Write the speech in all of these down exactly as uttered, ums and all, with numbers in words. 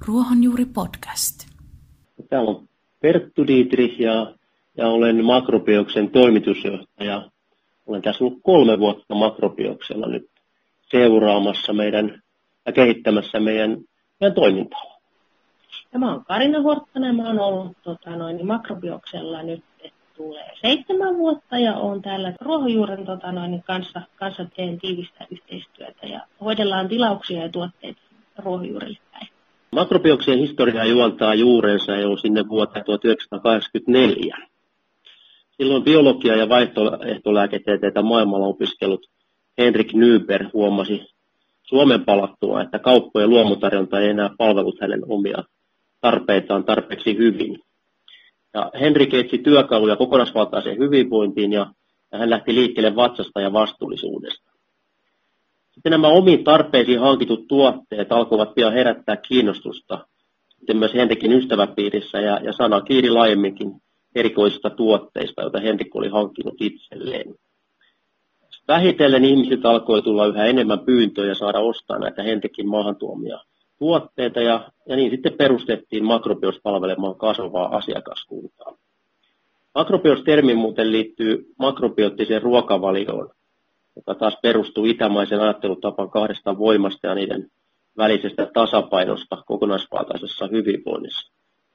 Ruohonjuuri podcast. Täällä on Perttu Dietrich ja, ja olen Makrobioksen toimitusjohtaja. Olen tässä ollut kolme vuotta Makrobioksella nyt seuraamassa meidän ja kehittämässä meidän, meidän toimintaa. Ja mä oon Karina Horttonen ja mä oon ollut tota, noin, Makrobioksella nyt tulee seitsemän vuotta ja oon täällä ruohonjuuren tota, noin, kanssa, kanssa teen tiivistä yhteistyötä ja hoidellaan tilauksia ja tuotteita ruohonjuurille päin. Makrobioksen historia juontaa juurensa jo sinne vuoteen tuhatyhdeksänsataakahdeksankymmentäneljä. Silloin biologia- ja vaihtoehtolääketieteitä maailmalla opiskellut Henrik Nyberg huomasi Suomen palattua, että kauppojen luomutarjonta ei enää palvellut hänen omia tarpeitaan tarpeeksi hyvin. Ja Henrik etsi työkaluja kokonaisvaltaiseen hyvinvointiin ja, ja hän lähti liikkeelle vatsasta ja vastuullisuudesta. Sitten nämä omiin tarpeisiin hankitut tuotteet alkoivat pian herättää kiinnostusta sitten myös Henrikin ystäväpiirissä ja, ja sana kiiri laajemminkin erikoisista tuotteista, joita Henrik oli hankkinut itselleen. Vähitellen ihmisiltä alkoi tulla yhä enemmän pyyntöjä saada ostaa näitä Henrikin maahan tuomia tuotteita ja, ja niin sitten perustettiin Makrobios palvelemaan kasvavaa asiakaskuntaa. Makrobios-termi muuten liittyy makrobiottiseen ruokavalioon, joka taas perustuu itämaisen ajattelutapaan kahdesta voimasta ja niiden välisestä tasapainosta kokonaisvaltaisessa hyvinvoinnissa.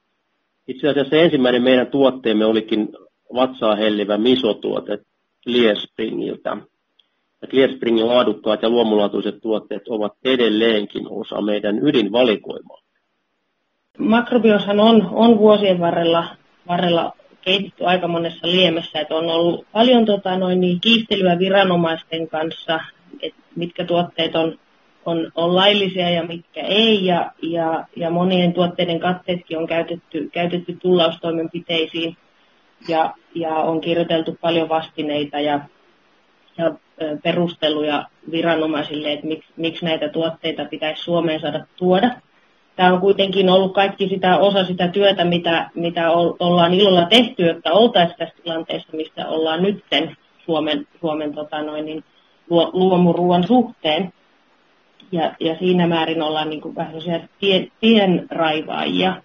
Itse asiassa ensimmäinen meidän tuotteemme olikin vatsaa hellivä misotuote Clearspringiltä. Ja Clearspringin laadukkaat ja luomulaatuiset tuotteet ovat edelleenkin osa meidän ydinvalikoimaa. Makrobioshan on, on vuosien varrella, varrella kehitetty aika monessa liemessä, että on ollut paljon tota, noin, niin, kiistelyä viranomaisten kanssa, että mitkä tuotteet on, on, on laillisia ja mitkä ei, ja, ja, ja monien tuotteiden katteetkin on käytetty, käytetty tullaustoimenpiteisiin, ja, ja on kirjoiteltu paljon vastineita ja, ja perusteluja viranomaisille, että miksi, miksi näitä tuotteita pitäisi Suomeen saada tuoda. Tämä on kuitenkin ollut kaikki sitä, osa sitä työtä, mitä, mitä ollaan ilolla tehty, jotta oltaisiin tässä tilanteessa, mistä ollaan nytten Suomen, Suomen tota noin, niin, luomuruuan suhteen. Ja, ja siinä määrin ollaan niin kuin vähän tien, tienraivaajia.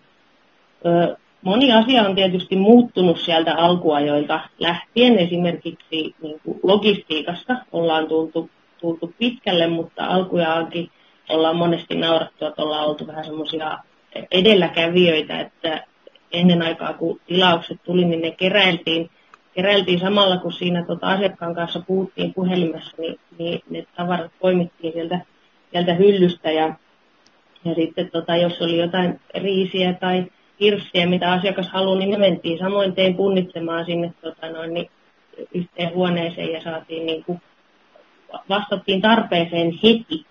Ö, moni asia on tietysti muuttunut sieltä alkuajoilta lähtien. Esimerkiksi niin kuin logistiikassa ollaan tultu, tultu pitkälle, mutta alkujaankin ollaan monesti naurattu, että ollaan oltu vähän semmoisia edelläkävijöitä, että ennen aikaa kun tilaukset tuli, niin ne keräiltiin, keräiltiin samalla kun siinä tota asiakkaan kanssa puhuttiin puhelimessa, niin, niin ne tavarat poimittiin sieltä, sieltä hyllystä ja, ja sitten tota, jos oli jotain riisiä tai hirssiä, mitä asiakas halusi, niin ne mentiin samoin tein punnitsemaan sinne tota, noin, niin yhteen huoneeseen ja saatiin niin kuin, vastattiin tarpeeseen heti.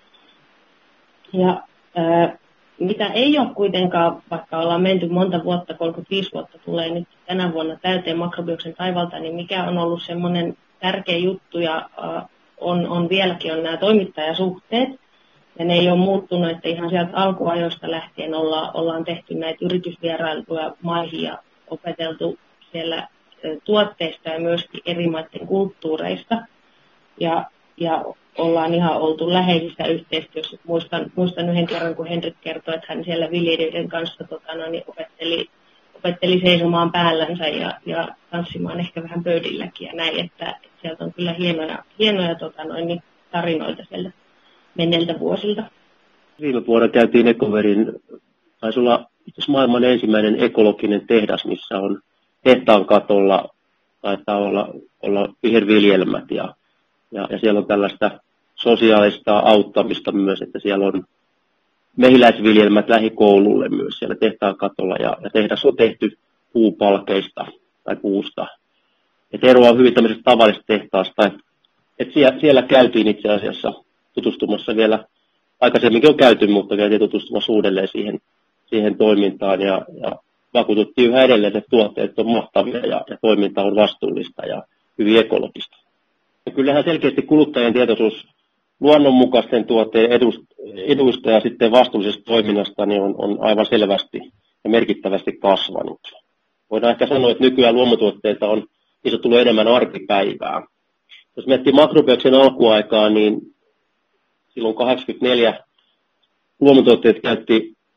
Ja ää, mitä ei ole kuitenkaan, vaikka ollaan menty monta vuotta, kolmekymmentäviisi vuotta tulee nyt tänä vuonna täyteen Makrobioksen taivalta, niin mikä on ollut semmoinen tärkeä juttu ja ää, on, on vieläkin on nämä toimittajasuhteet. Ja ne ei ole muuttunut, että ihan sieltä alkuajoista lähtien olla, ollaan tehty näitä yritysvierailuja maihin ja opeteltu siellä ää, tuotteista ja myöskin eri maiden kulttuureista. Ja, ja ollaan ihan oltu läheisissä yhteistyössä. Muistan, muistan yhden kerran, kun Henrik kertoi, että hän siellä viljelijöiden kanssa tota, no, niin opetteli, opetteli seisomaan päällänsä ja, ja tanssimaan ehkä vähän pöydilläkin ja näin, että, että sieltä on kyllä hienoja, hienoja tota, no, niin tarinoita sieltä menneiltä vuosilta. Viime vuonna käytiin Ekoverin, taisi olla maailman ensimmäinen ekologinen tehdas, missä on tehtaan katolla, taitaa olla, olla viherviljelmät ja Ja, ja siellä on tällaista sosiaalista auttamista myös, että siellä on mehiläisviljelmät lähikoululle myös siellä tehtaan katolla. Ja, ja tehdas on tehty puupalkeista tai puusta. Et eroa on hyvin tämmöisestä tavallisesta tehtaasta. Että et siellä, siellä käytiin itse asiassa tutustumassa vielä, aikaisemminkin on käyty, mutta käytiin tutustumassa uudelleen siihen, siihen toimintaan. Ja, ja vakuututtiin yhä edelleen, että tuotteet on mahtavia ja, ja toiminta on vastuullista ja hyvin ekologista. Ja kyllähän selkeästi kuluttajien tietoisuus luonnonmukaisten tuotteiden eduista ja sitten vastuullisesta toiminnasta niin on, on aivan selvästi ja merkittävästi kasvanut. Voidaan ehkä sanoa, että nykyään luomutuotteita on niistä tullut enemmän arkipäivää. Jos miettii Makrobioksen alkuaikaa, niin silloin kahdeksankymmentäneljä luomutuotteet käytti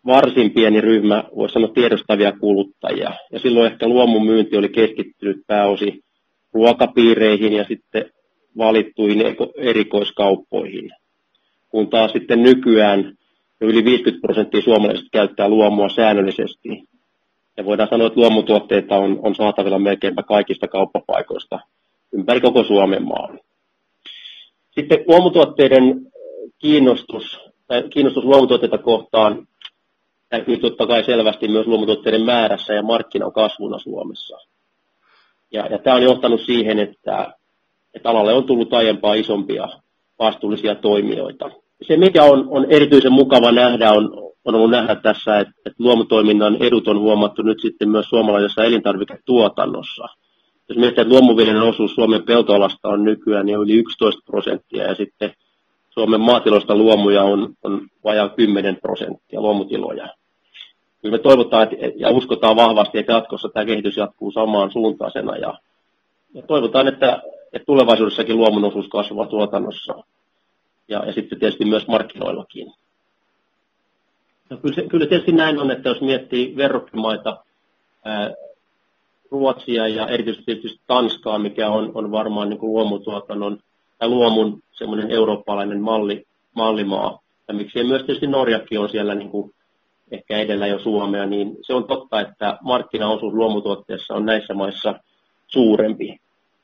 varsin pieni ryhmä, voisi sanoa tiedostavia kuluttajia. Ja silloin ehkä luomun myynti oli keskittynyt pääosin ruokapiireihin ja sitten valittuihin erikoiskauppoihin. Kun taas sitten nykyään yli viisikymmentä prosenttia suomalaisista käyttää luomua säännöllisesti. Ja voidaan sanoa, että luomutuotteita on, on saatavilla melkeinpä kaikista kauppapaikoista ympäri koko Suomen maan. Sitten luomutuotteiden kiinnostus, tai kiinnostus luomutuotteita kohtaan näkyy totta kai selvästi myös luomutuotteiden määrässä ja markkinan kasvuna Suomessa. Ja, ja tämä on johtanut siihen, että, että alalle on tullut aiempaa isompia vastuullisia toimijoita. Se, mikä on, on erityisen mukava nähdä, on, on ollut nähdä tässä, että, että luomutoiminnan edut on huomattu nyt sitten myös suomalaisessa elintarviketuotannossa. Jos miettii, että luomuviljelyn osuus Suomen peltoalasta on nykyään niin yli yksitoista prosenttia ja sitten Suomen maatiloista luomuja on, on vajaa kymmenen prosenttia luomutiloja. Kyllä me toivotaan että, ja uskotaan vahvasti, että jatkossa tämä kehitys jatkuu samaan suuntaisena ja, ja toivotaan, että, että tulevaisuudessakin luomun osuus kasvaa tuotannossa ja, ja sitten tietysti myös markkinoillakin. Ja kyllä, se, kyllä tietysti näin on, että jos miettii verrokkimaita, ää, Ruotsia ja erityisesti tietysti Tanskaa, mikä on, on varmaan niin kuin luomutuotannon ja luomun semmoinen eurooppalainen malli, mallimaa. Ja miksei myös tietysti Norjakin on siellä niin kuin ehkä edellä jo Suomea, niin se on totta, että markkinaosuus luomutuotteessa on näissä maissa suurempi.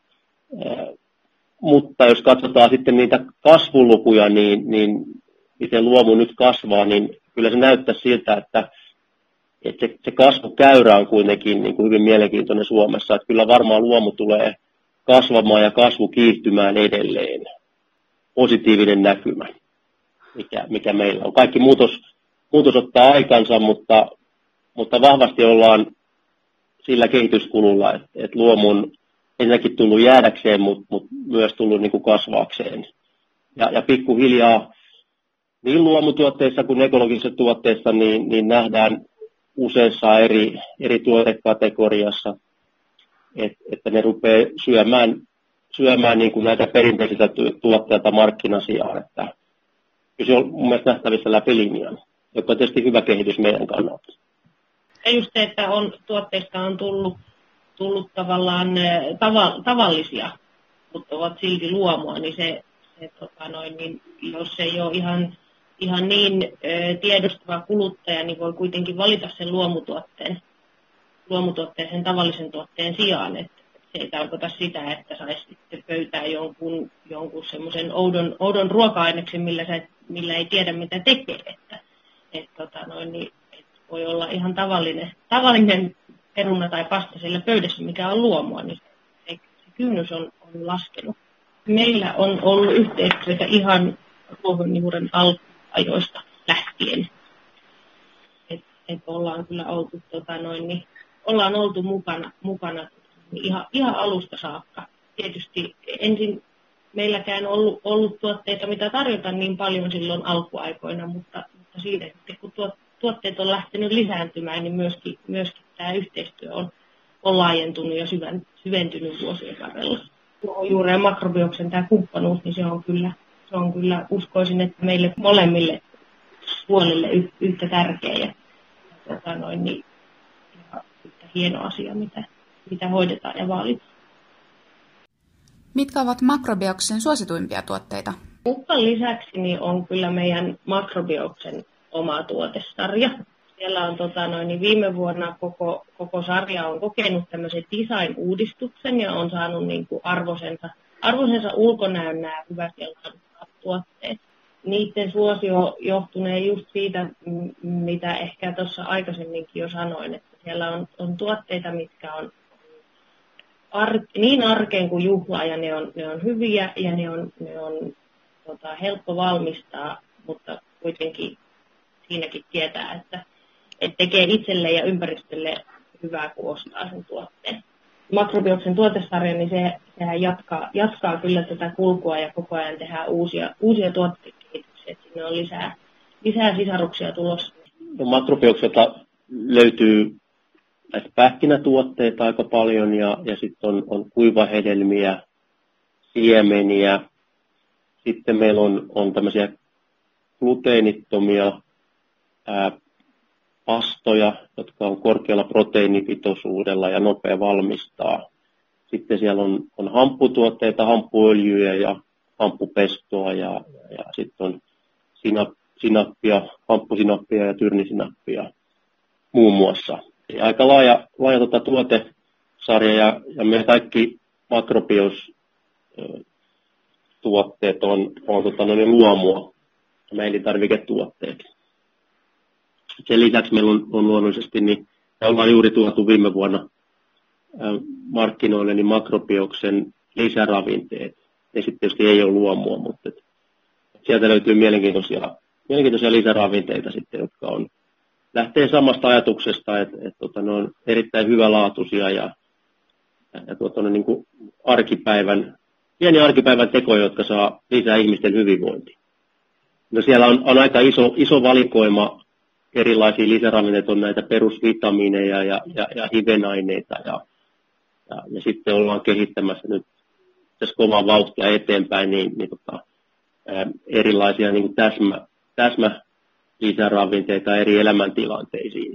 Ää, mutta jos katsotaan sitten niitä kasvulukuja, niin, niin miten luomu nyt kasvaa, niin kyllä se näyttää siltä, että että se, se kasvukäyrä on kuitenkin niin kuin hyvin mielenkiintoinen Suomessa, että kyllä varmaan luomu tulee kasvamaan ja kasvu kiihtymään edelleen. Positiivinen näkymä, mikä, mikä meillä on. Kaikki muutos, muutos ottaa aikansa, mutta, mutta vahvasti ollaan sillä kehityskululla, että, että luomun ensinnäkin tullut jäädäkseen, mutta, mutta myös tullut niin kuin kasvaakseen. Ja, ja pikkuhiljaa niin luomutuotteissa kuin ekologisissa tuotteissa niin, niin nähdään useissa eri, eri tuotekategoriassa, et, että ne rupeaa syömään, syömään niin kuin näitä perinteisiä tuotteita markkinasijaan. Että kyllä se on mun mielestä nähtävissä läpi linjan, joka on tietysti hyvä kehitys meidän kannalta. Ja just se, että on, tuotteista on tullut, tullut tavallaan tava, tavallisia, mutta ovat silti luomua, niin se, se tota noin, niin jos ei ole ihan ihan niin ö, tiedostava kuluttaja, niin voi kuitenkin valita sen luomutuotteen, luomutuotteen sen tavallisen tuotteen sijaan. Että se ei tarkoita sitä, että saisi sitten pöytään jonkun, jonkun semmoisen oudon, oudon ruoka-aineksen, millä, sä, millä ei tiedä mitä tekee. Että, et, tota noin, niin, et voi olla ihan tavallinen, tavallinen peruna tai pasta siellä pöydässä, mikä on luomua, niin se, se kynnys on, on laskenut. Meillä on ollut yhteistyötä ihan ruohonjuuren alkuun ajoista lähtien. Et, et ollaan kyllä oltu, tota noin, niin, ollaan oltu mukana, mukana niin ihan, ihan alusta saakka. Tietysti ensin meilläkään on ollut, ollut tuotteita, mitä tarjota niin paljon silloin alkuaikoina, mutta, mutta siitä sitten kun tuot, tuotteet on lähtenyt lisääntymään, niin myöskin, myöskin tämä yhteistyö on, on laajentunut ja syven, syventynyt vuosien varrella. Juuri ja makrobioksen tämä kumppanuus, niin se on kyllä Se on kyllä, uskoisin, että meille molemmille puolille yhtä tärkeä ja tota noin, niin, yhtä hieno asia, mitä, mitä hoidetaan ja vaalitaan. Mitkä ovat makrobioksen suosituimpia tuotteita? Kukkan lisäksi niin on kyllä meidän makrobioksen oma tuotesarja. Siellä on tota noin, niin viime vuonna koko, koko sarja on kokenut tämmöisen design-uudistuksen ja on saanut niin kuin arvoisensa, arvoisensa ulkonäön nämä hyvät tuotteet. Niiden suosio johtunee just siitä, mitä ehkä tuossa aikaisemminkin jo sanoin, että siellä on, on tuotteita, mitkä on ar, niin arkeen kuin juhlaa ja ne on, ne on hyviä ja ne on, ne on tota, helppo valmistaa, mutta kuitenkin siinäkin tietää, että, että tekee itselle ja ympäristölle hyvää, kun ostaa sen tuotteen. Makrobioksen tuotesarja, niin se, sehän jatkaa, jatkaa kyllä tätä kulkua ja koko ajan tehdään uusia, uusia tuotekehityksiä. Sinne on lisää, lisää sisaruksia tulossa. No, makrobiokselta löytyy näitä pähkinätuotteita aika paljon ja, ja sitten on, on kuivahedelmiä, siemeniä. Sitten meillä on, on tämmöisiä gluteenittomia ää, pastoja, jotka on korkealla proteiinipitoisuudella ja nopea valmistaa. Sitten siellä on, on hampputuotteita, hamppuöljyjä ja hamppupestoa ja, ja sitten on sinap, sinappia, hamppusinappia ja tyrnisinappia muun muassa. Eli aika laaja, laaja tota tuotesarja ja, ja meidän kaikki makrobios-tuotteet on, on tota, no, luomua, nämä elintarviketuotteet. Sen lisäksi meillä on, on luonnollisesti, niin me ollaan juuri tuotu viime vuonna markkinoille niin makrobioksen lisäravinteet. Ne sitten tietysti ei ole luomua, mutta et, sieltä löytyy mielenkiintoisia, mielenkiintoisia lisäravinteita sitten, jotka on, lähtee samasta ajatuksesta, että et, tota, ne on erittäin hyvälaatuisia ja, ja tuota, niin kuin arkipäivän, pieni arkipäivän tekoja, jotka saa lisää ihmisten hyvinvointia. No siellä on, on aika iso, iso valikoima erilaisia lisäravinteita, on näitä perusvitamiineja ja, ja, ja hivenaineita ja Ja, ja sitten ollaan kehittämässä nyt tässä kovaa vauhtia eteenpäin niin, niin tota, ää, erilaisia niin kuin täsmä, täsmä lisäravinteita eri elämäntilanteisiin.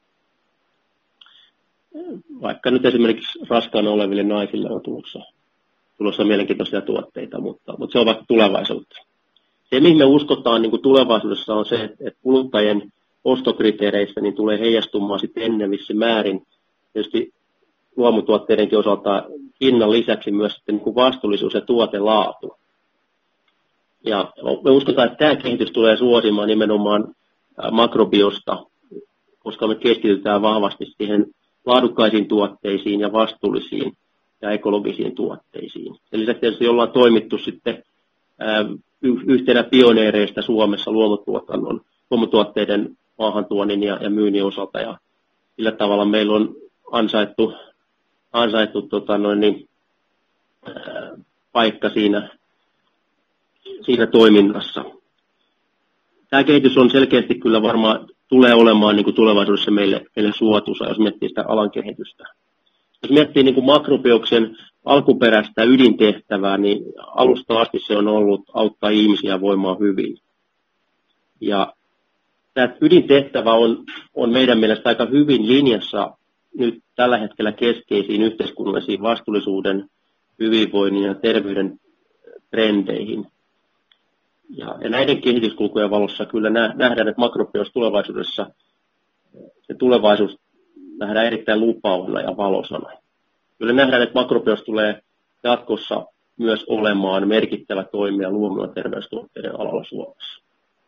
Vaikka nyt esimerkiksi raskaana oleville naisille on tulossa, tulossa mielenkiintoisia tuotteita, mutta, mutta se on vaikka tulevaisuutta. Se, mihin me uskotaan niin kuin tulevaisuudessa, on se, että, että kuluttajien ostokriteereissä niin tulee heijastumaan sitten enenevissä määrin tietysti luomutuotteidenkin osalta hinnan lisäksi myös sitten niin kuin vastuullisuus ja tuotelaatu. Ja me uskotaan, että tämä kehitys tulee suosimaan nimenomaan makrobiosta, koska me keskitytään vahvasti siihen laadukkaisiin tuotteisiin ja vastuullisiin ja ekologisiin tuotteisiin. Sen lisäksi tietysti ollaan toimittu sitten yhtenä pioneereista Suomessa luomutuotannon, luomutuotteiden maahantuonnin ja, ja myynnin osalta. Ja sillä tavalla meillä on ansaittu ansaittu tota noin, niin, ää, paikka siinä, siinä toiminnassa. Tämä kehitys on selkeästi kyllä varmaan tulee olemaan niin kuin tulevaisuudessa meille, meille suotuisa, jos miettii sitä alan kehitystä. Jos miettii niin kuin makrobioksen alkuperäistä ydintehtävää, niin alusta asti se on ollut auttaa ihmisiä voimaan hyvin. Ja tämä ydintehtävä on, on meidän mielestä aika hyvin linjassa nyt tällä hetkellä keskeisiin yhteiskunnallisiin vastuullisuuden, hyvinvoinnin ja terveyden trendeihin. Ja, ja näiden kehityskulkujen valossa kyllä nähdään, että makrobios tulevaisuudessa, se tulevaisuus nähdään erittäin lupaavana ja valosana. Kyllä nähdään, että makrobios tulee jatkossa myös olemaan merkittävä toimija luomu- ja terveystuotteiden alalla Suomessa.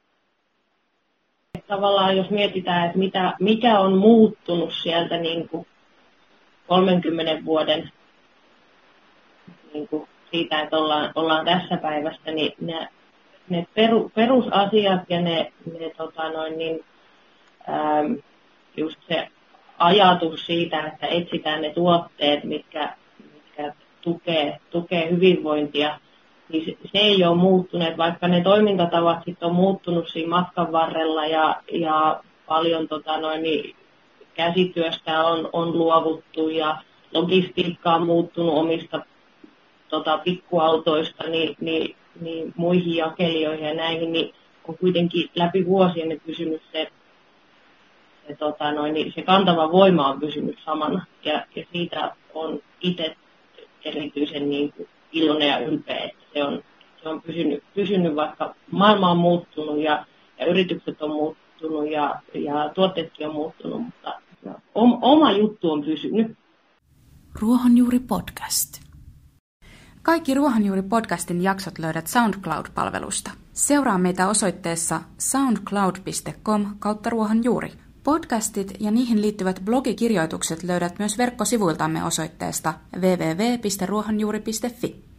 Tavallaan jos mietitään, että mitä, mikä on muuttunut sieltä niin kuin kolmenkymmenen vuoden niin kuin siitä, että ollaan, ollaan tässä päivästä, niin ne, ne peru, perusasiat ja ne, ne tota noin, niin, ähm, just se ajatus siitä, että etsitään ne tuotteet, mitkä, mitkä tukee, tukee hyvinvointia, niin se, se ei ole muuttunut, vaikka ne toimintatavat sitten on muuttunut siinä matkan varrella ja, ja paljon tota noin, niin käsityöstä on, on luovuttu ja logistiikka on muuttunut omista tota, pikkuautoista niin, niin, niin muihin jakelijoihin ja näihin, niin on kuitenkin läpi vuosien pysynyt se, se, tota noin, niin se kantava voima on pysynyt samana ja, ja siitä on itse erityisen niin kuin iloinen ja ylpeä, että se on, se on pysynyt, pysynyt, vaikka maailma on muuttunut ja, ja yritykset on muuttunut ja, ja tuotteetkin on muuttunut, mutta oma juttu on pysynyt. Ruohonjuuri podcast. Kaikki Ruohonjuuri-podcastin jaksot löydät SoundCloud-palvelusta. Seuraa meitä osoitteessa soundcloud piste com kautta ruohonjuuri. Podcastit ja niihin liittyvät blogikirjoitukset löydät myös verkkosivuiltamme osoitteesta double-u double-u double-u piste ruohonjuuri piste fi.